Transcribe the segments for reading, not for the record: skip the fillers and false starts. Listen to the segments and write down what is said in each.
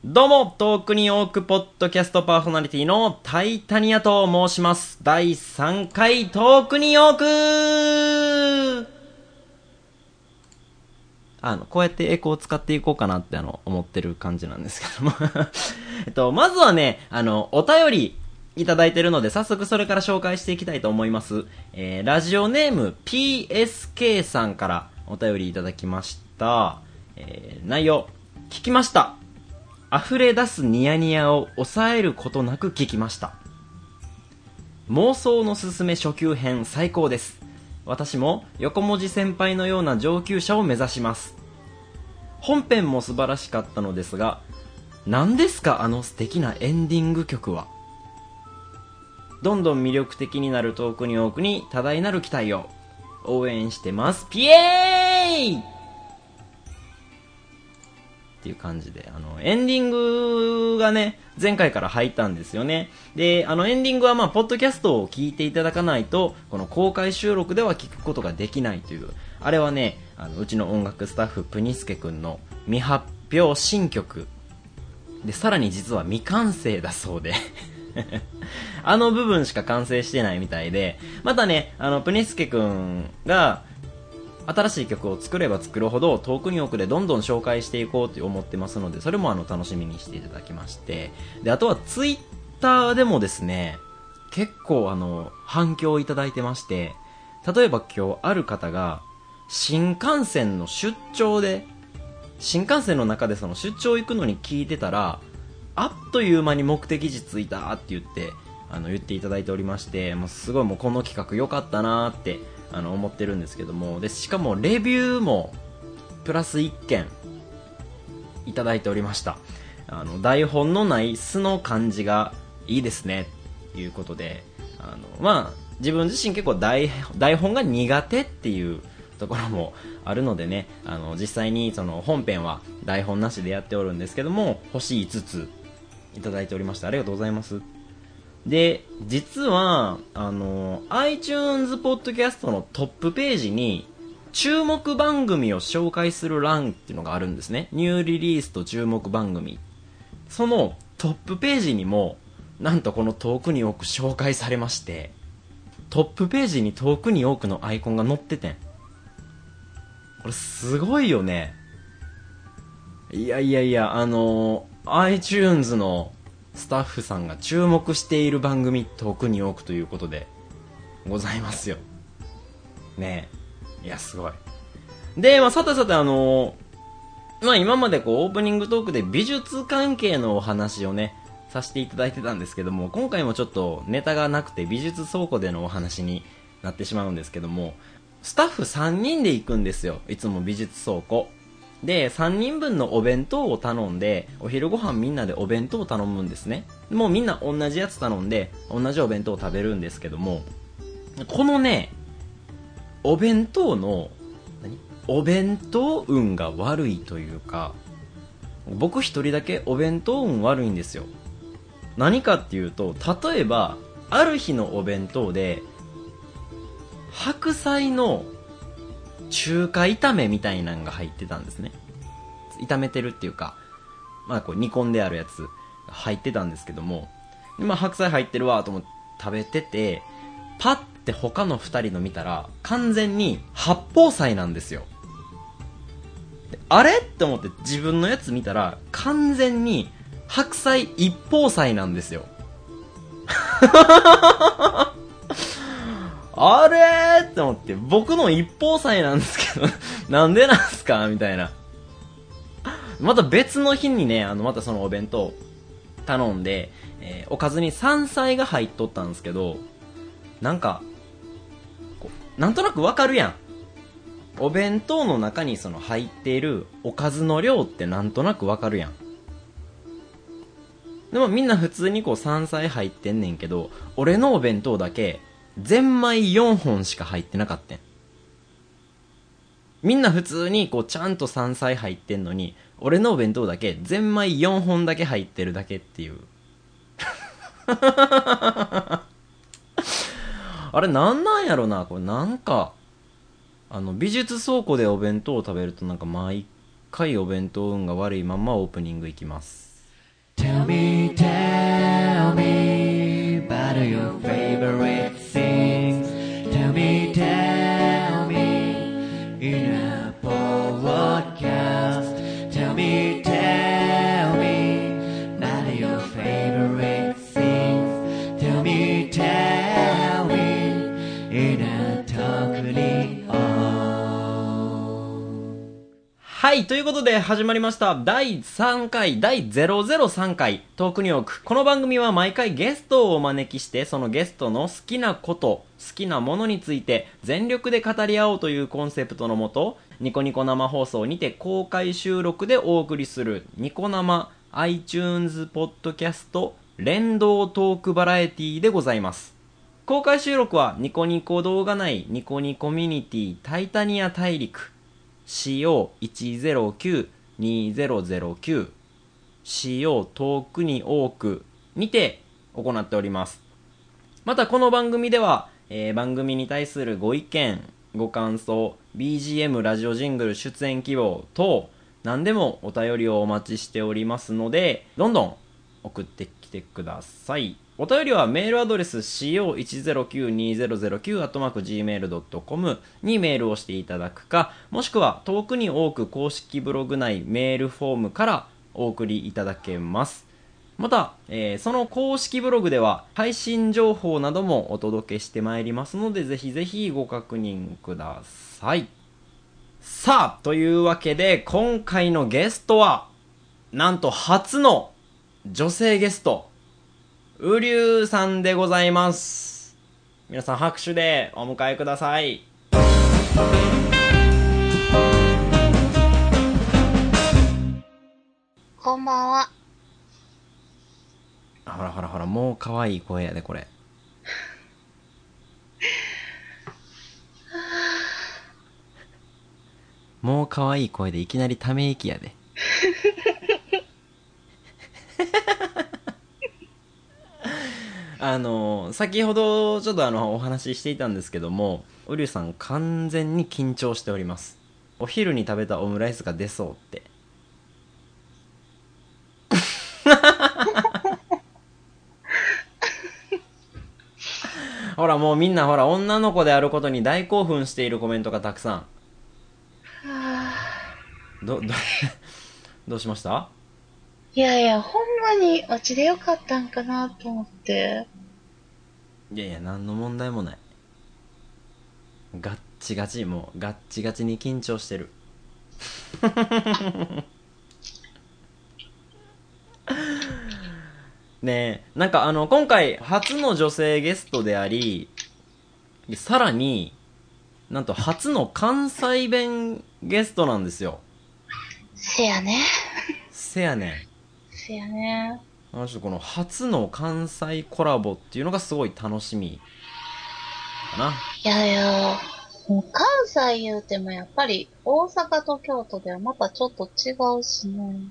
どうも、遠くに多くポッドキャストパーソナリティのタイタニアと申します。第3回遠くに多くこうやってエコーを使っていこうかなって思ってる感じなんですけどもまずはね、お便りいただいてるので、早速それから紹介していきたいと思います。ラジオネーム PSK さんからお便りいただきました。内容、聞きました。溢れ出すニヤニヤを抑えることなく聞きました。妄想のすすめ初級編最高です。私も横文字先輩のような上級者を目指します。本編も素晴らしかったのですが、何ですかあの素敵なエンディング曲は。どんどん魅力的になる遠くに多くに多大なる期待を応援してます。ピエーイっていう感じで、エンディングがね、前回から入ったんですよね。で、エンディングはポッドキャストを聞いていただかないと、この公開収録では聞くことができないという、あれはね、うちの音楽スタッフ、プニスケくんの未発表新曲。で、さらに実は未完成だそうで。部分しか完成してないみたいで、またね、プニスケくんが、新しい曲を作れば作るほど遠くに多くでどんどん紹介していこうと思ってますので、それも楽しみにしていただきまして、で、あとはツイッターでもですね、結構反響をいただいてまして、例えば今日ある方が新幹線の出張で、新幹線の中でその出張行くのに聞いてたら、あっという間に目的地着いたって言って言っていただいておりまして、もうすごいもうこの企画良かったなーって思ってるんですけども、でしかもレビューもプラス1件いただいておりました。台本のない素の感じがいいですねということで、自分自身結構台本が苦手っていうところもあるのでね、実際にその本編は台本なしでやっておるんですけども、星5ついただいておりまして、ありがとうございます。で、実はiTunes ポッドキャストのトップページに注目番組を紹介する欄っていうのがあるんですね。ニューリリースと注目番組、そのトップページにもなんとこの遠くに多く紹介されまして、トップページに遠くに多くのアイコンが載っててん。これすごいよね。いや iTunes のスタッフさんが注目している番組遠くに多くということでございますよね。え、いやすごい。で、さて今までオープニングトークで美術関係のお話をねさせていただいてたんですけども、今回もちょっとネタがなくて美術倉庫でのお話になってしまうんですけども、スタッフ3人で行くんですよ、いつも美術倉庫で。3人分のお弁当を頼んで、お昼ご飯みんなでお弁当を頼むんですね。もうみんな同じやつ頼んで同じお弁当を食べるんですけども、このねお弁当のお弁当運が悪いというか、僕一人だけお弁当運悪いんですよ。何かっていうと、例えばある日のお弁当で白菜の中華炒めみたいなのが入ってたんですね。炒めてるっていうか、煮込んであるやつが入ってたんですけども、白菜入ってるわと思って食べてて、パッて他の2人の見たら完全に八宝菜なんですよ。あれって思って自分のやつ見たら完全に白菜一宝菜なんですよ。あれーって思って、僕の一宝菜なんですけどなんでなんすかみたいな。また別の日にね、またそのお弁当頼んで、おかずに山菜が入っとったんですけど、なんかなんとなくわかるやん。お弁当の中にその入っているおかずの量ってなんとなくわかるやん。でもみんな普通に山菜入ってんねんけど、俺のお弁当だけゼンマイ4本しか入ってなかったん。みんな普通にちゃんと山菜入ってんのに、俺のお弁当だけゼンマイ4本だけ入ってるだけっていう。あれなんなんやろな、これなんか美術倉庫でお弁当を食べるとなんか毎回お弁当運が悪いままオープニングいきます。 Tell me, tell me about your favorite things. Tell me, tell me in a podcast. Tell me, tell me about your favorite things. Tell me, tell me in a talkにはい、ということで始まりました第3回、第003回トークニューヨーク。この番組は毎回ゲストをお招きして、そのゲストの好きなこと、好きなものについて全力で語り合おうというコンセプトのもと、ニコニコ生放送にて公開収録でお送りするニコ生 iTunes ポッドキャスト連動トークバラエティでございます。公開収録はニコニコ動画内ニコニコミュニティタイタニア大陸CO1092009 CO 遠くに多くにて行っております。またこの番組では、番組に対するご意見ご感想 BGM ラジオジングル出演希望等何でもお便りをお待ちしておりますので、どんどん送ってきてください。お便りはメールアドレス co1092009@gmail.com にメールをしていただくか、もしくは遠くに多く公式ブログ内メールフォームからお送りいただけます。また、その公式ブログでは配信情報などもお届けしてまいりますので、ぜひぜひご確認ください。さあ、というわけで今回のゲストはなんと初の女性ゲストウリュウさんでございます。皆さん拍手でお迎えください。 こんばんは。 ほらほらほら、もう可愛い声やでこれ。もう可愛い声でいきなりため息やで。先ほどちょっとお話ししていたんですけども、ウリュウさん完全に緊張しております。お昼に食べたオムライスが出そうって。ほらもうみんなほら女の子であることに大興奮しているコメントがたくさん。どうしました？ いやいや、ほんまにオチでよかったんかなと思って。 いやいや、何の問題もない。ガッチガチ、もうガッチガチに緊張してる。ねえ、なんか今回初の女性ゲストであり、さらになんと初の関西弁ゲストなんですよ。 せやね。 せやねん。 せやね。 ちょっとこの初の関西コラボっていうのがすごい楽しみかな。 いやいや、もう関西言うてもやっぱり大阪と京都ではまたちょっと違うしね。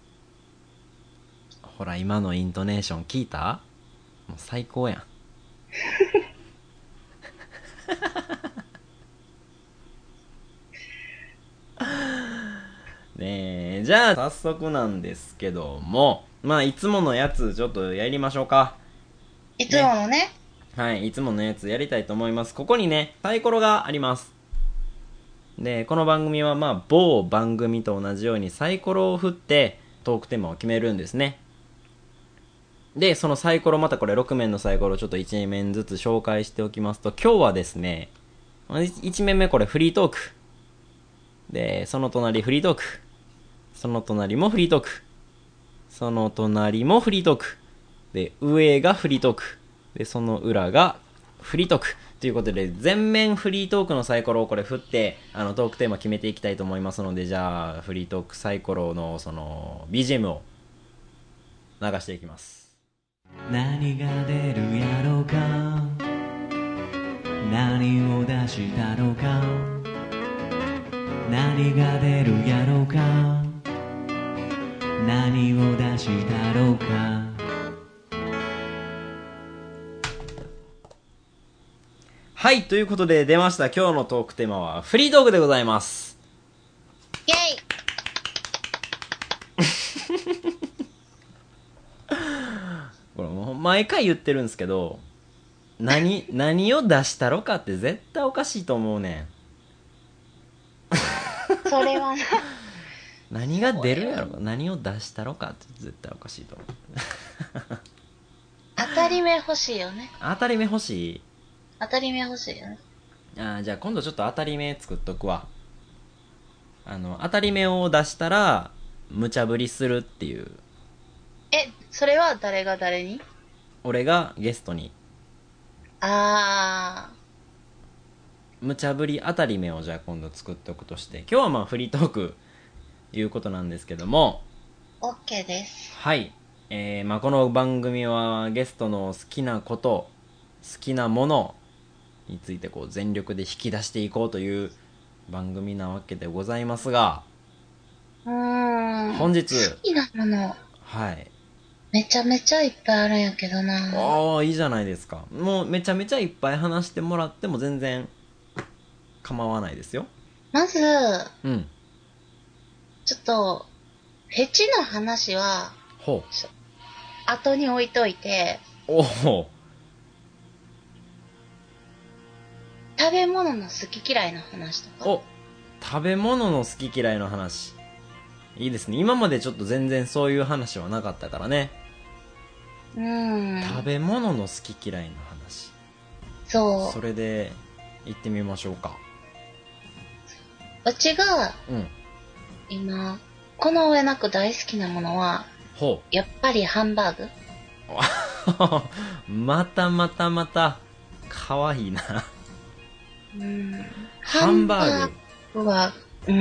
ほら今のイントネーション聞いた？もう最高やん。ねえ、じゃあ早速なんですけども、まあいつものやつちょっとやりましょうか。 いつものね。 はい、いつものやつやりたいと思います。ここにね、サイコロがあります。で、この番組はまあ某番組と同じようにサイコロを振ってトークテーマを決めるんですね。で、そのサイコロ、またこれ6面のサイコロをちょっと1面ずつ紹介しておきますと、今日はですね、1面目これフリートーク。で、その隣フリートーク。その隣もフリートーク。その隣もフリートーク。で、上がフリートーク。で、その裏がフリートーク。ということで、全面フリートークのサイコロをこれ振って、トークテーマ決めていきたいと思いますので、じゃあ、フリートークサイコロの、BGM を流していきます。何が出るやろうか、何を出したろうか、何が出るやろうか、何を出したろうか。はい、ということで出ました。今日のトークテーマはフリートークでございます。 イェイ毎回言ってるんですけど、何を出したろかって絶対おかしいと思うねそれはな。 ん。何が出るやろ、何を出したろかって絶対おかしいと思う。 当たり目欲しいよね。 当たり目欲しい。 当たり目欲しいよね。 じゃあ今度ちょっと当たり目作っとくわ。当たり目を出したら無茶ぶりするっていう。 それは誰が誰に？ 俺がゲストにあ無茶ぶり当たり目をじゃあ今度作っておくとして、今日はまあフリートークいうことなんですけども、 ー、OK です。 はい、まあこの番組はゲストの好きなこと、好きなものについてこう全力で引き出していこうという番組なわけでございますが、本日好きなもの、 はい、 めちゃめちゃいっぱいあるんやけどな。 ああいいじゃないですか。もうめちゃめちゃいっぱい話してもらっても全然構わないですよ。 まず、 うん。 ちょっと、フェチの話は、 ほ後に置いといて、 う。おお。 食べ物の好き嫌いの話とか。 お、食べ物の好き嫌いの話。いいですね。今までちょっと全然そういう話はなかったからね。食べ物の好き嫌いの話。 そう。 それで、行ってみましょうか。 うちが、 うん。 今、この上なく大好きなものは、 ほやっぱりハンバーグ。 う。また、かわいいな。ハンバーグは、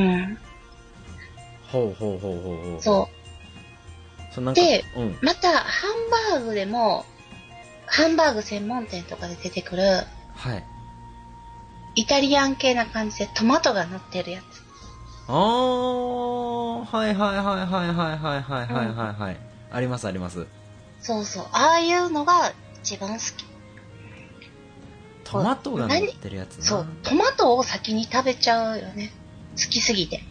ほう。 そうなんかで、 うん。 また、ハンバーグでも、ハンバーグ専門店とかで出てくる、 はい。 イタリアン系な感じでトマトが乗ってるやつ。 あー、はい。あります。 そうそう。ああいうのが一番好き。 トマトが乗ってるやつな。 そう。トマトを先に食べちゃうよね。好きすぎて。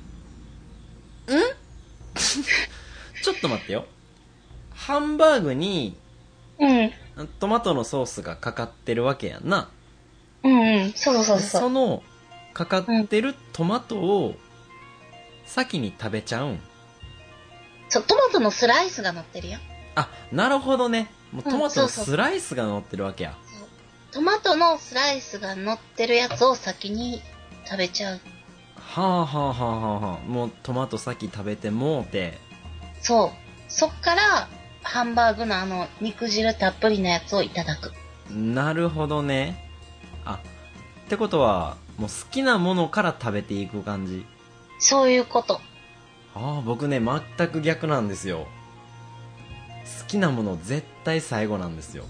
ちょっと待ってよ。ハンバーグにうん。 トマトのソースがかかってるわけやんな。 そう。 そのかかってるトマトを先に食べちゃうん。 そう、トマトのスライスが乗ってるよ。 あ、なるほどね。もうトマトのそうスライスが乗ってるわけや。 そうトマトのスライスが乗ってるやつを先に食べちゃう。 はあ。もうトマト先食べてもうて。 そう。そっから、ハンバーグの肉汁たっぷりなやつをいただく。 なるほどね。あ、ってことはもう好きなものから食べていく感じ。 そういうこと。 僕ね全く逆なんですよ。好きなもの絶対最後なんですよ。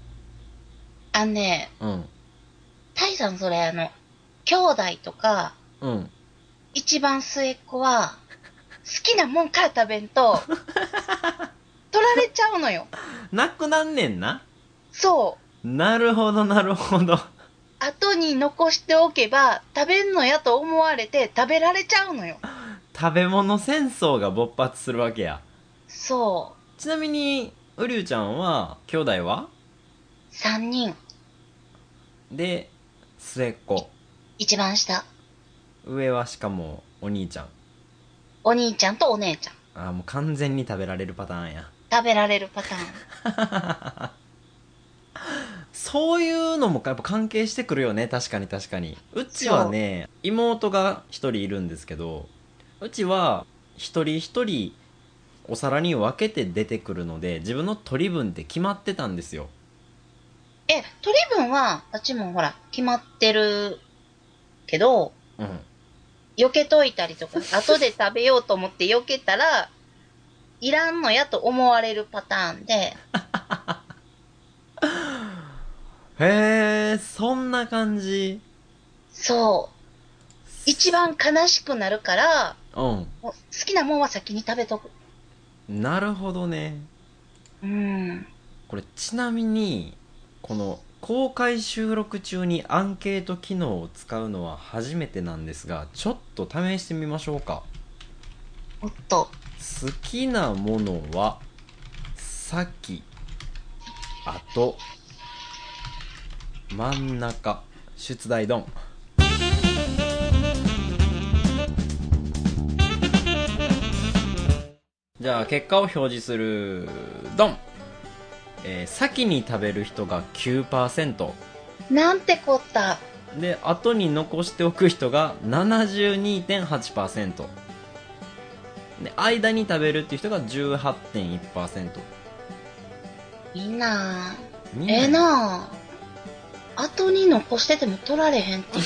うん。 タイさんそれ兄弟とか、 うん。 一番末っ子は、好きなもんから食べんと、取られちゃうのよ。 なくなんねんな。 そう。 なるほど。 後に残しておけば、食べんのやと思われて食べられちゃうのよ。 食べ物戦争が勃発するわけや。 そちなみにうりゅうちゃんは兄弟はう。三人。 で末っ子。 一番下。 上はしかもお兄ちゃん。 お兄ちゃんとお姉ちゃん。 もう完全に食べられるパターンや。 食べられるパターン。 そういうのもやっぱ関係してくるよね。確かに。うちはね、妹が一人いるんですけど、うちは一人一人お皿に分けて出てくるので、自分の取り分って決まってたんですよ。 取り分は、あっちもほら、決まってるけど、 うん。 避けといたりとか、後で食べようと思って避けたら、いらんのやと思われるパターンで、 へえ、そんな感じ。 そう。一番悲しくなるから、 うもう好きなもんは先に食べとく。 ん。なるほどね。これちなみに、この公開収録中にアンケート機能を使うのは初めてなんですが、ちょっと試してみましょうか。 おっと。 好きなものは先あと真ん中出題ドン。じゃあ結果を表示するドン。先に食べる人が 9% なんてこった。 で、後に残しておく人が 72.8% で、間に食べるっていう人が 18.1%。 みんな、 みんなええなあ。後に残してても取られへんっていう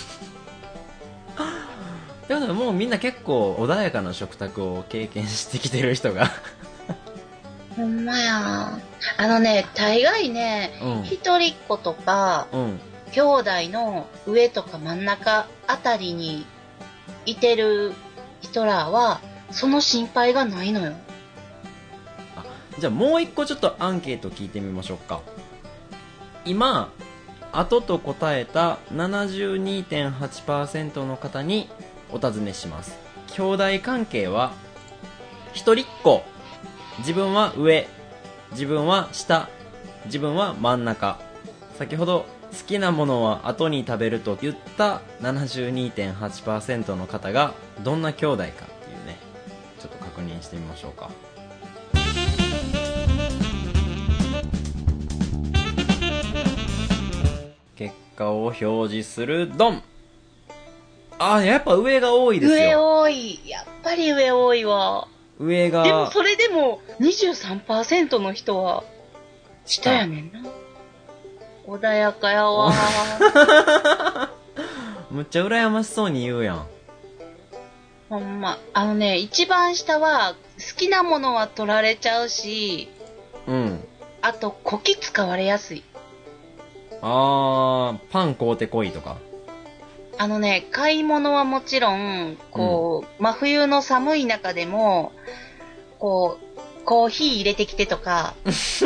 でももうみんな結構穏やかな食卓を経験してきてる人がほんまや。大概ね、 うん一人っ子とか、 うん兄弟の上とか真ん中あたりにいてる人らは、その心配がないのよ。 じゃあもう一個ちょっとアンケート聞いてみましょうか。今後と答えた 72.8% の方にお尋ねします。兄弟関係は一人っ子、自分は上、自分は下、自分は真ん中。先ほど好きなものは後に食べると言った 72.8% の方がどんな兄弟かっていうね、ちょっと確認してみましょうか。結果を表示するドン。やっぱ上が多いですよ。 上多い。やっぱり上多いわ。 上が。 でもそれでも 23% の人は下やねんな。穏やかやわ。 むっちゃ羨ましそうに言うやん。 ほんま。一番下は好きなものは取られちゃうし、 うん。 あとこき使われやすい。 パン買うてこいとか。 買い物はもちろん、真冬の寒い中でも、コーヒー入れてきてとか、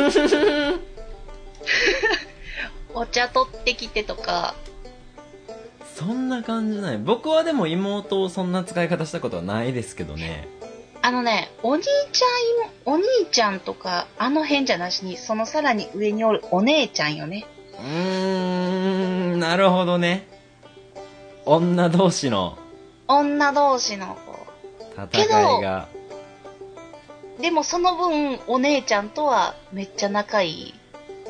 お茶取ってきてとか。 そんな感じない。僕はでも妹をそんな使い方したことはないですけどね。 お兄ちゃんとか、あの辺じゃなしに、そのさらに上におるお姉ちゃんよね。 なるほどね。女同士の女同士の戦いが。 でもその分、お姉ちゃんとはめっちゃ仲いい。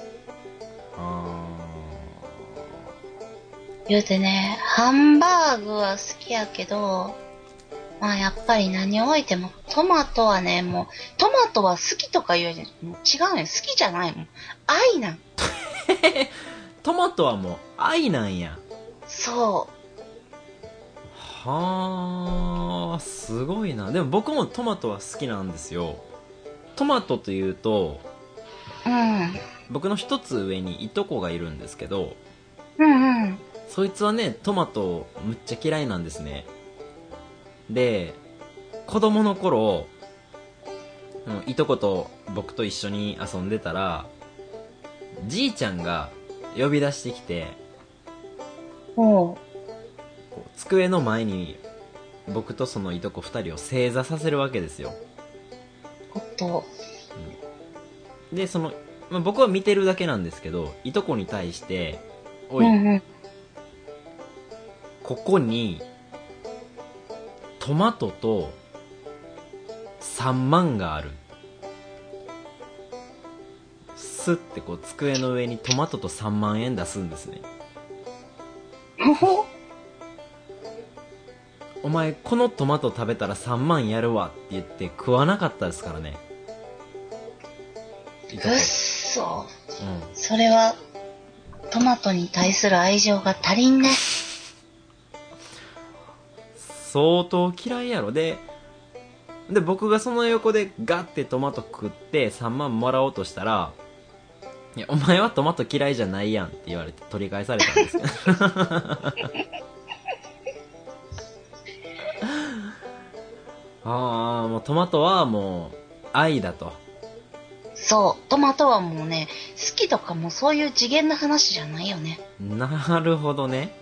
言うてね、ハンバーグは好きやけど、まあやっぱり何を置いても、トマトはね、もう、トマトは好きとか言うじゃん。もう違うねん。好きじゃないもん。愛なん。 トマトはもう愛なんや。 そう。 はあ、すごいな。でも僕もトマトは好きなんですよ。トマトというと、僕の一つ上にいとこがいるんですけど、そいつはね、トマトむっちゃ嫌いなんですね。で、子供の頃、いとこと僕と一緒に遊んでたら、じいちゃんが呼び出してきて、机の前に僕とそのいとこ2人を正座させるわけですよ。で、僕は見てるだけなんですけど、いとこに対して「おい、ここにトマトと3万がある」スッて机の上にトマトと3万円出すんですね。お前このトマト食べたら3万やるわって言って食わなかったですからね。 うっそ、それはトマトに対する愛情が足りんね。 相当嫌いやろ。で僕がその横でガッてトマト食って3万もらおうとしたら、いやお前はトマト嫌いじゃないやんって言われて取り返されたんですけどもうトマトはもう愛だと。 そう、トマトはもうね、好きとかもそういう次元の話じゃないよね。 なるほどね。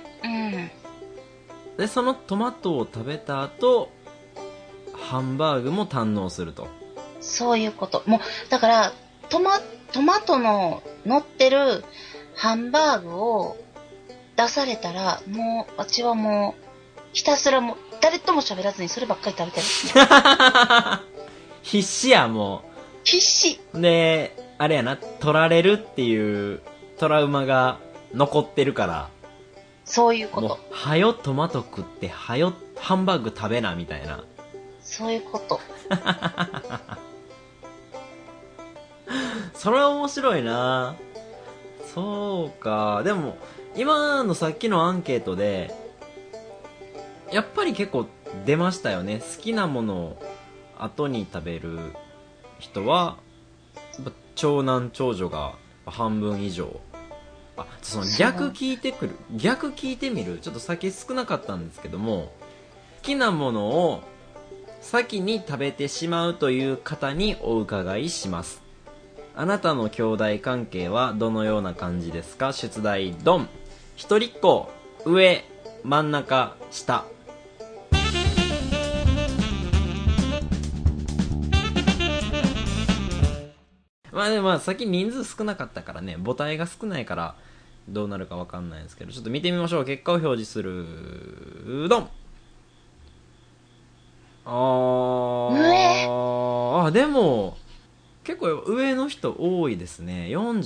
でそのトマトを食べた後、ハンバーグも堪能すると。 そういうこと。もうだからトマトの乗ってるハンバーグを出されたら、もう、私はもう、ひたすらもう、誰とも喋らずにそればっかり食べてる。 必死や、も必死。 う。で、あれやな、取られるっていうトラウマが残ってるから、 そういうこもうと。、 はよトマト食って、はよハンバーグ食べな、みたいな。 そういうこと。 それは面白いな。そうか。でも、今のさっきのアンケートで、やっぱり結構出ましたよね。好きなものを後に食べる人は、やっぱ長男長女が半分以上。あ、その逆聞いてくる。逆聞いてみる。ちょっと先少なかったんですけども、好きなものを先に食べてしまうという方にお伺いします。あなたの兄弟関係はどのような感じですか？出題ドン。一人っ子、上、真ん中、下。まあでもまあ先人数少なかったからね、母体が少ないからどうなるかわかんないですけど、ちょっと見てみましょう。結果を表示する。ドン。でも結構上の人多いですね。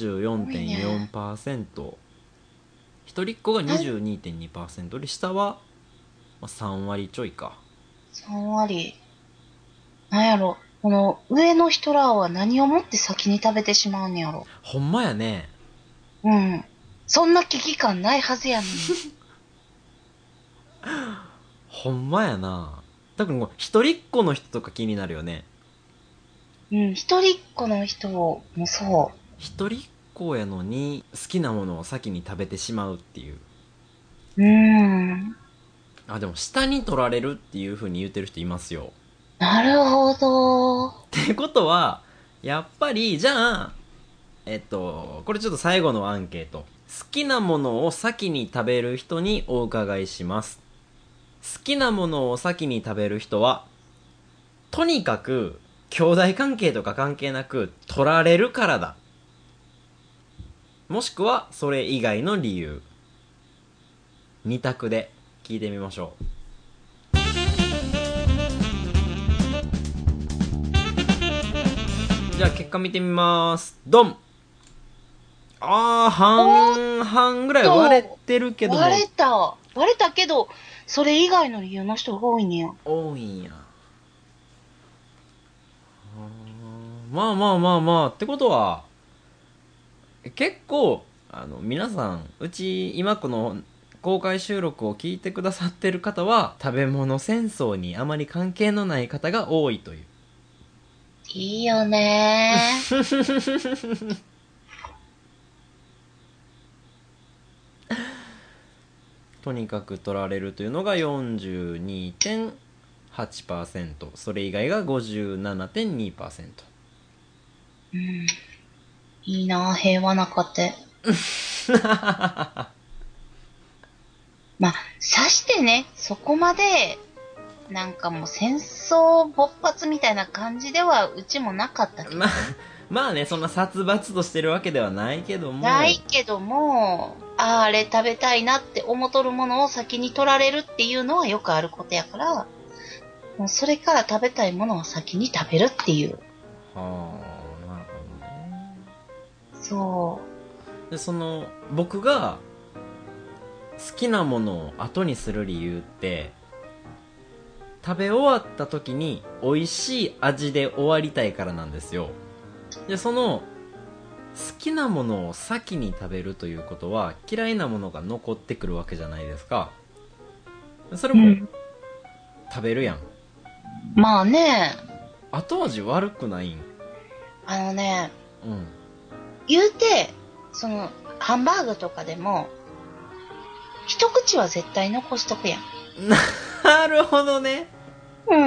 44.4%、 一人っ子が 22.2% で、下はまあ3割ちょいか。 3割。なんやろ。この上の人らは何をもって先に食べてしまうんやろ。 ほんまやね。 うん。そんな危機感ないはずやのに。 ほんまやな。多分一人っ子の人とか気になるよね。 うん、一人っ子の人もそ一人っ子やのに好きなものを先に食べてしまうっていう。 う。 あ、でも下に取られるっていう風に言ってる人いますよ。 なるほど。 ってことはやっぱりじゃあこれちょっと最後のアンケート。好きなものを先に食べる人にお伺いします。好きなものを先に食べる人は、とにかく兄弟関係とか関係なく取られるからだ。もしくはそれ以外の理由。二択で聞いてみましょう。じゃあ結果見てみます。ドン。半々ぐらい割れてるけども。 割れたけど、それ以外の理由の人が多いねや。 多いんや。まあまあまあまあってことは結構皆さん、うち今この公開収録を聞いてくださってる方は食べ物戦争にあまり関係のない方が多いという。 いいよねとにかく取られるというのが 42.8%、 それ以外が 57.2%。 うん。いいな、平和な家庭。まあ、さしてね、そこまで、なんかもう戦争勃発みたいな感じではうちもなかったけど。 まあね、そんな殺伐としてるわけではないけども。 ないけども、あれ食べたいなって思っとるものを先に取られるっていうのはよくあることやから、もうそれから食べたいものを先に食べるっていう。 はあ、なるほどね。 そで、僕が好きなものを後にする理由って、食べ終わった時に美味しい味で終わりたいからなんですよ。で、好きなものを先に食べるということは嫌いなものが残ってくるわけじゃないですか。それう。 も食べるやん。 まあね、 後味悪くないん？ あのね、 うん。 言うて、ハンバーグとかでも、一口は絶対残しとくやん。 なるほどね。 うん。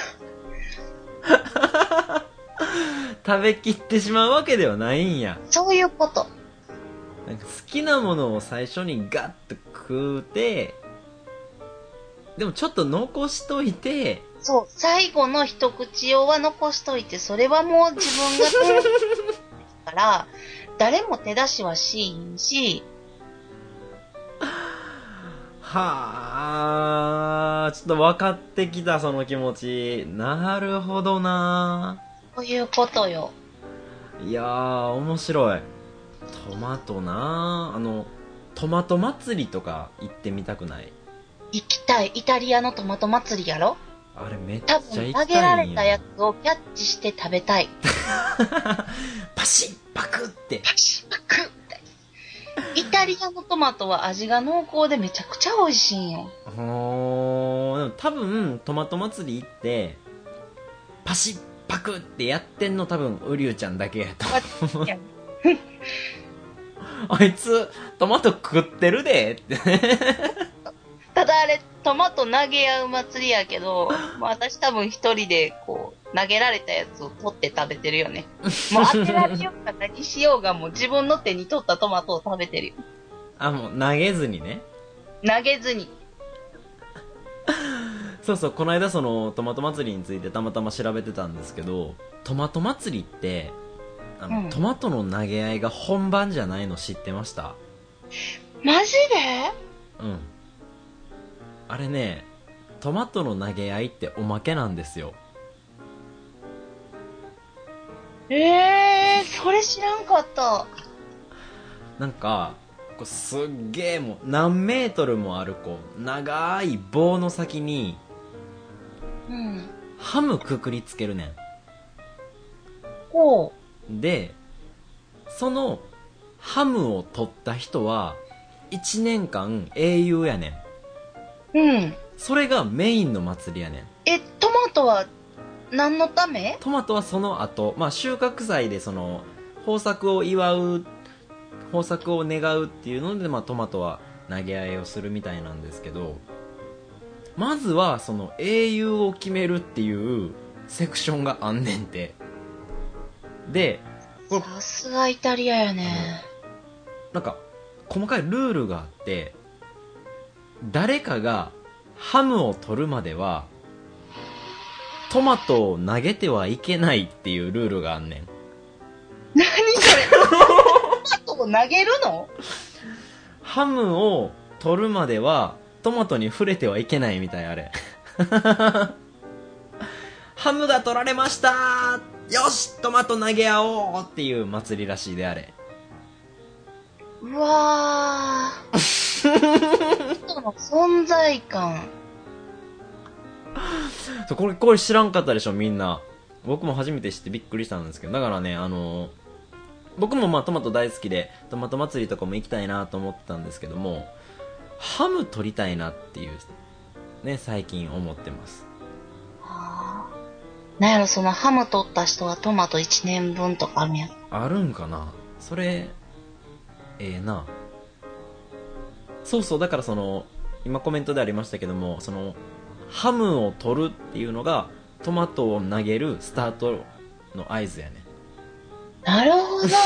食べきってしまうわけではないんや。 そういうこと。 なんか好きなものを最初にガッと食うて、でもちょっと残しといて、 そう、最後の一口用は残しといて、それはもう自分がから、誰も手出しはしんし、 はあ、ちょっと分かってきた、その気持ち。なるほどな。 そういうことよ。 いやー、面白い。トマトな。トマト祭りとか行ってみたくない？ 行きたい。イタリアのトマト祭りやろ？ あれめっち多ゃ行きたいんよ。 分投げられたやつをキャッチして食べたい。 パシッパクって。 パシッパクって。イタリアのトマトは味が濃厚でめちゃくちゃ美味しいんよ。 でも多分トマト祭り行ってパシッパクってやってんの多分ウリュウちゃんだけやと思う。あいつトマト食ってるでって。 ただあれ、トマト投げ合う祭りやけど、まあ、私多分一人でこう、投げられたやつを取って食べてるよね。もう当てられようか何しようがもう自分の手に取ったトマトを食べてるよ。 あ、もう投げずにね。 投げずに。 そうそう、この間そのトマト祭りについてたまたま調べてたんですけど、トマト祭りってトマトの投げ合いが本番じゃないの知ってました？ マジで？ うん。あれね、トマトの投げ合いっておまけなんですよ。 それ知らんかった。 なんかこうすっげえもう何メートルもあるこう長い棒の先にハムくくりつけるねん。 ほうで、そのハムを取った人は1年間英雄やねん。それがメインの祭りやねん。 トマトは何のため？ トマトはその後、まあ収穫祭でその豊作を祝う、豊作を願うっていうので、まあトマトは投げ合いをするみたいなんですけど、まずはその英雄を決めるっていうセクションがあんねんて。で、 さすがイタリアやね。 なんか細かいルールがあって、誰かがハムを取るまではトマトを投げてはいけないっていうルールがあんねん。 何それ？トマトを投げるの？ ハムを取るまではトマトに触れてはいけないみたい。あれハムが取られました、よしトマト投げ合おうっていう祭りらしいで。あれ、 うわートマトの存在感。 これ知らんかったでしょみんな。僕も初めて知ってびっくりしたんですけど、だからね、僕もまあトマト大好きでトマト祭りとかも行きたいなと思ってたんですけども、ハム取りたいなっていうね、最近思ってます。 なんやろ、そのハム取った人はトマト1年分とかあるんや。 あるんかなそれ。な。そうそう、だからその今コメントでありましたけども、そのハムを取るっていうのがトマトを投げるスタートの合図やね。 なるほどね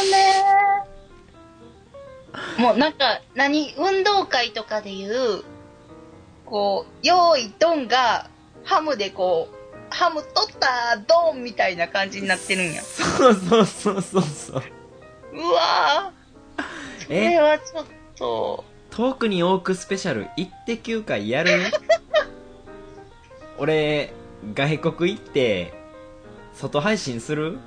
もうなんか運動会とかでいうこう用意ドンがハムでこうハム取ったドンみたいな感じになってるんや。 そうそうそうそうそう。 うわー、それはちょっと遠くに多くスペシャル行って9回やる俺外国行って外配信する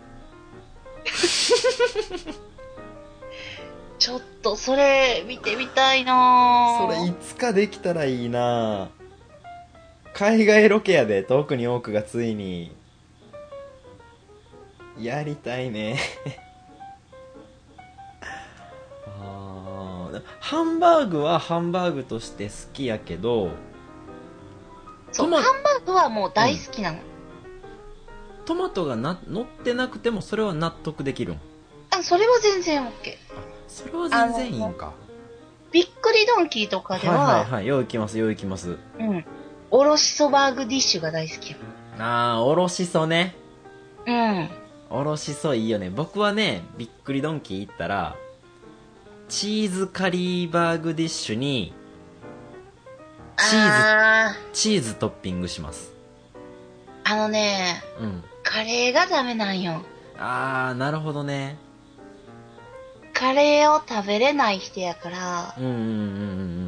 ちょっとそれ見てみたいな。 それいつかできたらいいな。海外ロケやで、遠くに多くがついにやりたいねハンバーグはハンバーグとして好きやけど、 ハンバーグはもう大好きなの。 トマトが乗ってなくてもそれは納得できるん？ それは全然 OK。 それは全然いいんか。 びっくりドンキーとかでは、 よう行きます、よう行きます。 おろしそバーグディッシュが大好きや。 おろしそね。おろしそいいよね。僕はね、びっくりドンキー行ったらチーズカリーバーグディッシュにチーズトッピングします。 カレーがダメなんよ。 なるほどね。 カレーを食べれない人やから、 うんうんうんうん。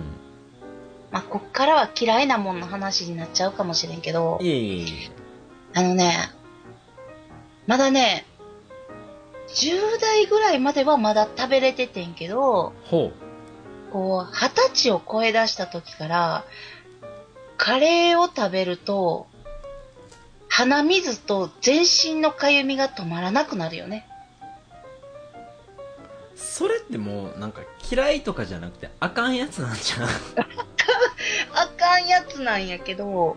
まあ、こっからは嫌いなもんの話になっちゃうかもしれんけど、 いえいえいえ。 あのね、まだね、10代ぐらいまではまだ食べれててんけど、 ほこう、20歳を超え出した時から、カレーを食べると、鼻水と全身のかゆみが止まらなくなるよね。 う。それってもう、なんか嫌いとかじゃなくて、あかんやつなんじゃん。 あかんやつなんやけど、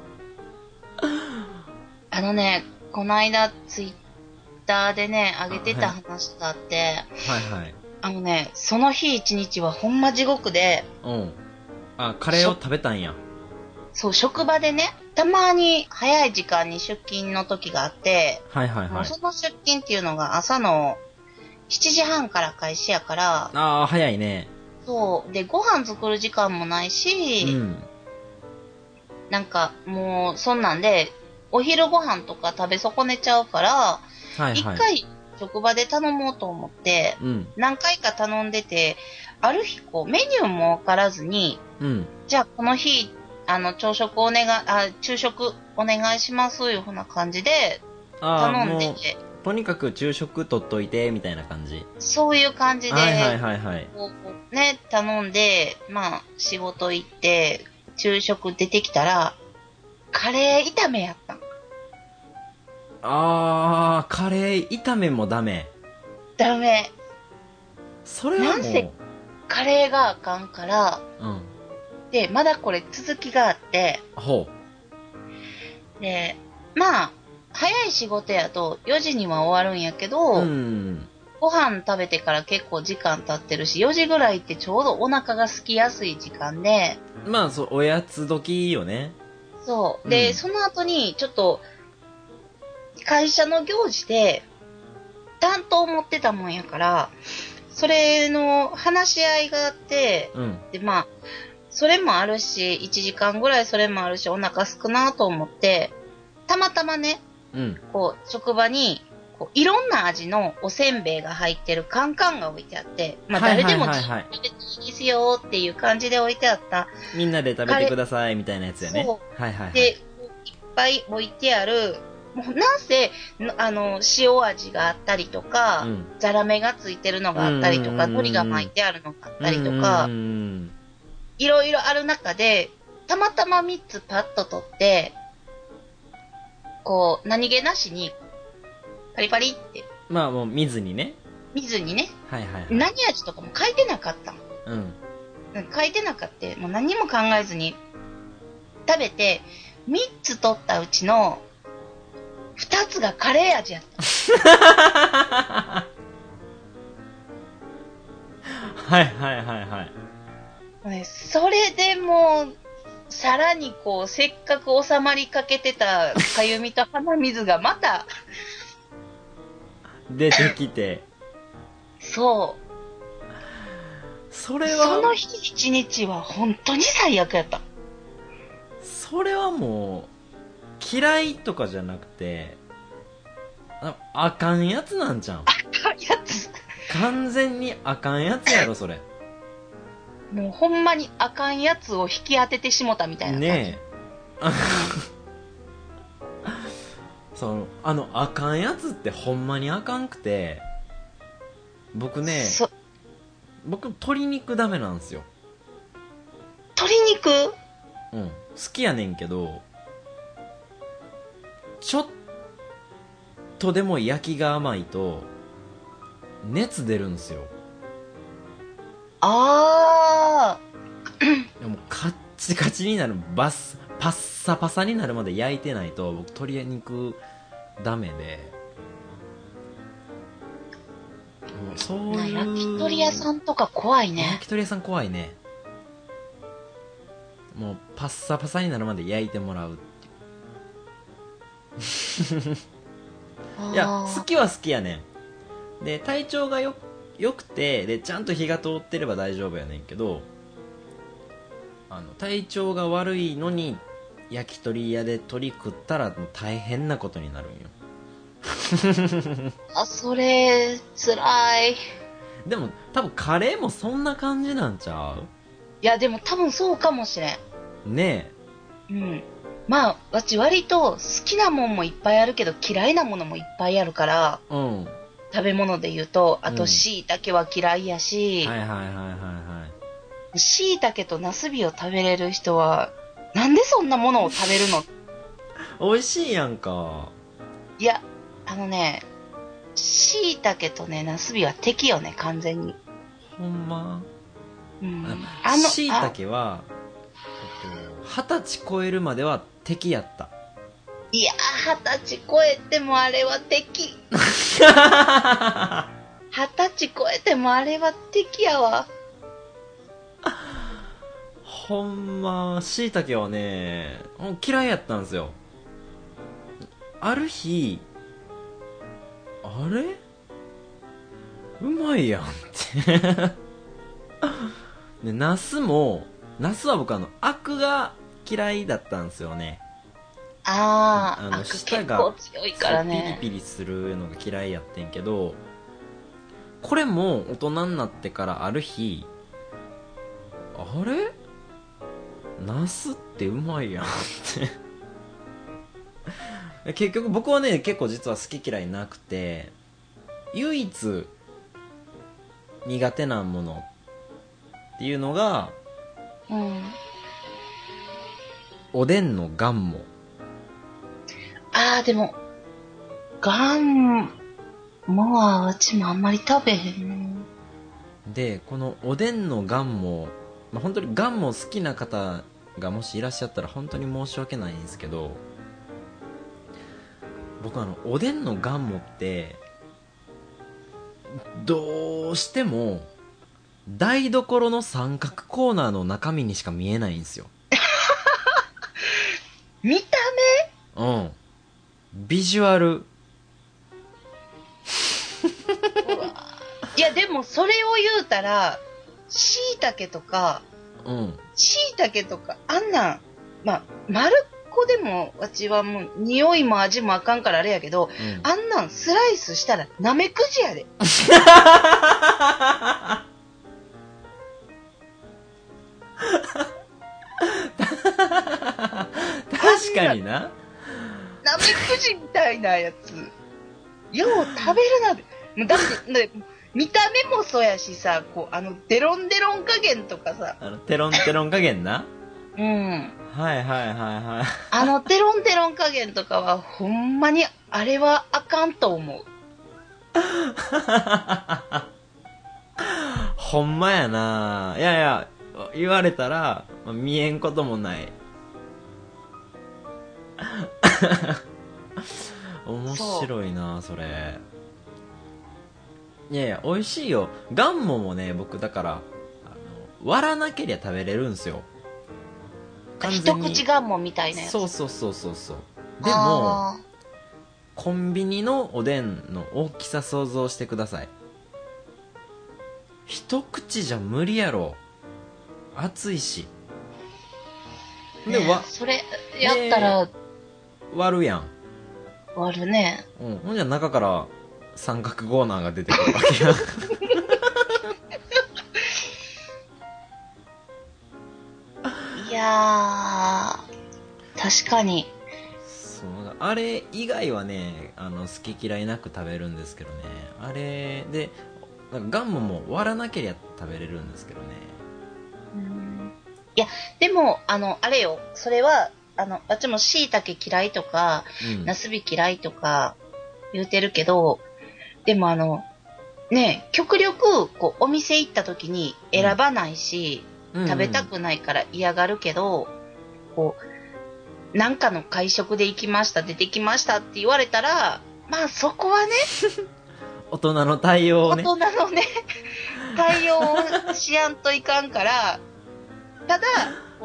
あのね、この間ツイッターでね、上げてた話があって、 はいはい。 あのね、その日一日はほんま地獄で、 うん。あ、カレーを食べたんや。 そう、職場でね、たまに早い時間に出勤の時があって、 はいはいはい。 もうその出勤っていうのが朝の7時半から開始やから、 ああ、早いね。 そう、で、ご飯作る時間もないし、 うん。 なんかもうそんなんで、お昼ご飯とか食べ損ねちゃうから、 はいはい。 一回職場で頼もうと思って、 うん。 何回か頼んでて、ある日こうメニューもわからずに、 うん。 じゃあこの日、朝食お願い、昼食お願いします、いうふうな感じでああ、 頼んでもう、 て、 とにかく昼食取っといて、みたいな感じ。 そういう感じで、 はいはいはいはい。 こうね、頼んで、まあ、仕事行って、昼食出てきたら、カレー炒めやったん。 あー、カレー炒めもダメ。 ダメ。 それはもう、 なんせ、カレーがあかんから、 うん。 で、まだこれ続きがあって、 ほで、まあ、早い仕事やと4時には終わるんやけど、 う。うん。 ご飯食べてから結構時間経ってるし、4時ぐらいってちょうどお腹が空きやすい時間で、 まあ、そう、おやつ時よね。 そう。で、 うん。 その後に、ちょっと、会社の行事で、担当持ってたもんやから、それの話し合いがあって、 うん。 で、まあ、それもあるし、1時間ぐらいそれもあるし、お腹すくなと思って、たまたまね、 うん。 こう、職場に、こういろんな味のおせんべいが入ってるカンカンが置いてあって、まあはいはい誰でもはいはい。 食べていいですよっていう感じで置いてあった。 みんなで食べてください、みたいなやつやね。 そはいはいはう。で、 い。 こういっぱい置いてある、もうなんせ、塩味があったりとか、 うん。 ザラメがついてるのがあったりとか、海苔が巻いてあるのがあったりとか、いろいろある中で、たまたま3つパッと取って、こう、何気なしに、パリパリってまあもう見ずにね。 見ずにね、 はいはいはい。 何味とかも書いてなかったの。 うん。 書いてなかった。もう何にも考えずに食べて、3つ取ったうちの2つがカレー味やった。 はいはいはいはい。 ね、それでもう、さらにこう、せっかく収まりかけてたかゆみと鼻水がまた、 出てきて。 そう。 それそのは、 日一日は本当に最悪やった。 それはもう、嫌いとかじゃなくて、あかんやつなんじゃん。 やつ。 完全にあかんやつやろ、それ。 もうほんまにあかんやつを引き当ててしもたみたいな感じ。 ねえ。あかんやつってほんまにあかんくて、僕ね、僕鶏肉ダメなんですよ。 鶏肉うん。好きやねんけど、ちょっとでも焼きが甘いと、熱出るんですよ。 あでもカッチカチになる、パッサパサになるまで焼いてないと、僕鶏肉ダメで、もうそうー、 いう。 焼き鳥屋さんとか怖いね。 焼き鳥屋さん怖いね。もうパッサパサになるまで焼いてもらうっていう。いや、好きは好きやねん。で、体調がよくて、で、ちゃんと火が通ってれば大丈夫やねんけど、体調が悪いのに、焼き鳥屋で鳥食ったらもう大変なことになるんよ。 それ、辛い。 でも多分カレーもそんな感じなんちゃいや、でも多分そうかもしれん。 うねうん。まあ、わち割と好きなもんもいっぱいあるけど嫌いなものもいっぱいあるから、 え。うん。 食べ物で言うと、あとうん椎茸は嫌いやし、 はいはいはいはいはい。 椎茸とナスビを食べれる人は、なんでそんなものを食べるの？ 美味しいやんか。 いや、椎茸とね、ナスビは敵よね、完全に。 ほんま。 うん。 椎茸は、20歳超えるまでは敵やった。 いやー、20歳超えてもあれは敵。20歳超えてもあれは敵やわ。 ほんま、椎茸はね、嫌いやったんですよ。ある日、あれうまいやんってで、ナスは僕アクが嫌いだったんですよね。 アク結舌が構強いからね。 ピリピリするのが嫌いやってんけど、これも大人になってからある日、あれナスってうまいやんって結局僕はね、結構実は好き嫌いなくて、唯一苦手なものっていうのが、 うん。 おでんのガンモ。 でも、ガンモはうちもあんまり食べへん。 で、このおでんのガンモ、本当にガンモ好きな方がもしいらっしゃったら本当に申し訳ないんですけど、僕おでんのガンモってどうしても台所の三角コーナーの中身にしか見えないんですよ。 見たうん。ビジュアル。 目？いや、でもそれを言うたら、椎茸とか、 うん。 あんなん、丸っこでも、わちはもう、匂いも味もあかんからあれやけど、 うん、 あんなんスライスしたら、なめくじやで。 確かにな。 なめくじみたいなやつ。よう食べるなで。だって、見た目もそうやしさ、デロンデロン加減とかさ。 テロンテロン加減な。 うん。 はいはいはいはい。 テロンテロン加減とかは、ほんまに、あれはあかんと思う。 ほんまやな。いやいや、言われたら、見えんこともない。面白いなそれ。いやいや、美味しいよ。ガンモもね、僕だから、割らなけりゃ食べれるんすよ。 一口ガンモみたいなやつ。 そうそうそうそうそう。でも、コンビニのおでんの大きさ想像してください。一口じゃ無理やろ。熱いし。 で、それやったら、 割るやん。 割るね。 うん。ほんじゃ中から三角コーナーが出てくるわけやん。 いやー、確かに。 そう、あれ以外はね、好き嫌いなく食べるんですけどね。あれで、なんかガンモも割らなけりゃ食べれるんですけどね。 いや、でも、あれよ、それは、あっちも椎茸嫌いとか、ナスビ嫌いとか言うてるけど、でもね、極力、お店行った時に選ばないし、食べたくないから嫌がるけど、なんかの会食で行きました、出てきましたって言われたら、まあそこはね、 大人の対応をね。 大人のね、対応をしやんといかんから、ただ、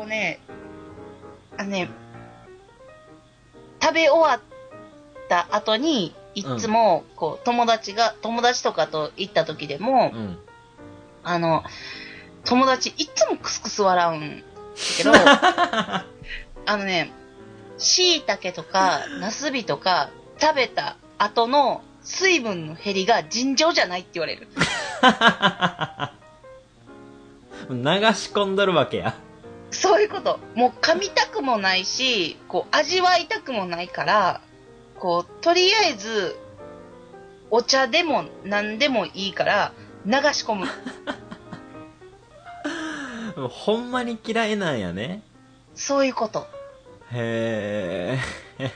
食べ終わった後に、いつも、友達とかと行った時でも、友達いつもクスクス笑うんだけど、椎茸とか、ナスビとか、食べた後の水分の減りが尋常じゃないって言われる。 流し込んどるわけや。 そういうこと。もう噛みたくもないし、こう味わいたくもないから、こうとりあえずお茶でも何でもいいから流し込む。 ほんまに嫌いなんやね。 そういうこと。 へえ。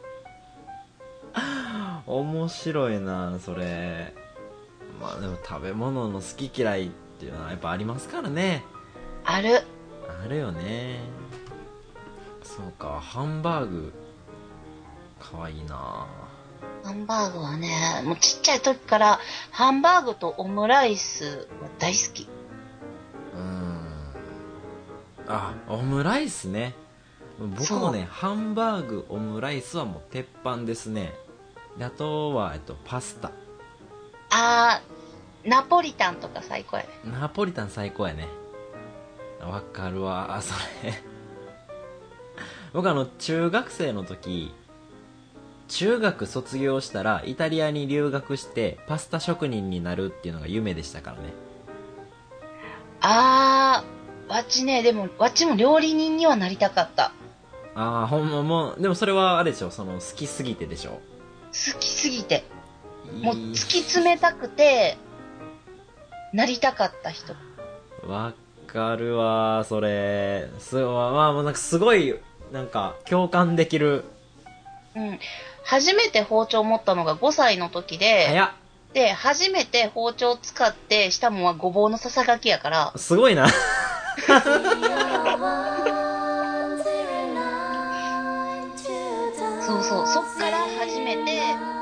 面白いなそれ。まあでも食べ物の好き嫌いっていうのはやっぱありますからね。 ある。 あるよね。そうか、ハンバーグかわいいな。 ハンバーグはね、もうちっちゃい時からハンバーグとオムライスは大好き。 あ、オムライスね。僕もね、ハンバーグ、オムライスはもう鉄板ですね。であとは、パスタ。 ナポリタンとか最高やね。 ナポリタン最高やね。わかるわ、それ。僕中学生の時、中学卒業したらイタリアに留学してパスタ職人になるっていうのが夢でしたからね。 わっちね、でも、わっちも料理人にはなりたかった。 ほんまもう、でもそれはあれでしょ、好きすぎてでしょ。 好きすぎて。もう突き詰めたくて、なりたかった人。 わかるわ、それ。まあ、なんかすごい、なんか、共感できる。 うん。初めて包丁持ったのが5歳の時で、 早っ。 で、初めて包丁使ってしたもんはごぼうのささがきやから。 すごいな。 そうそう、そっから初めて、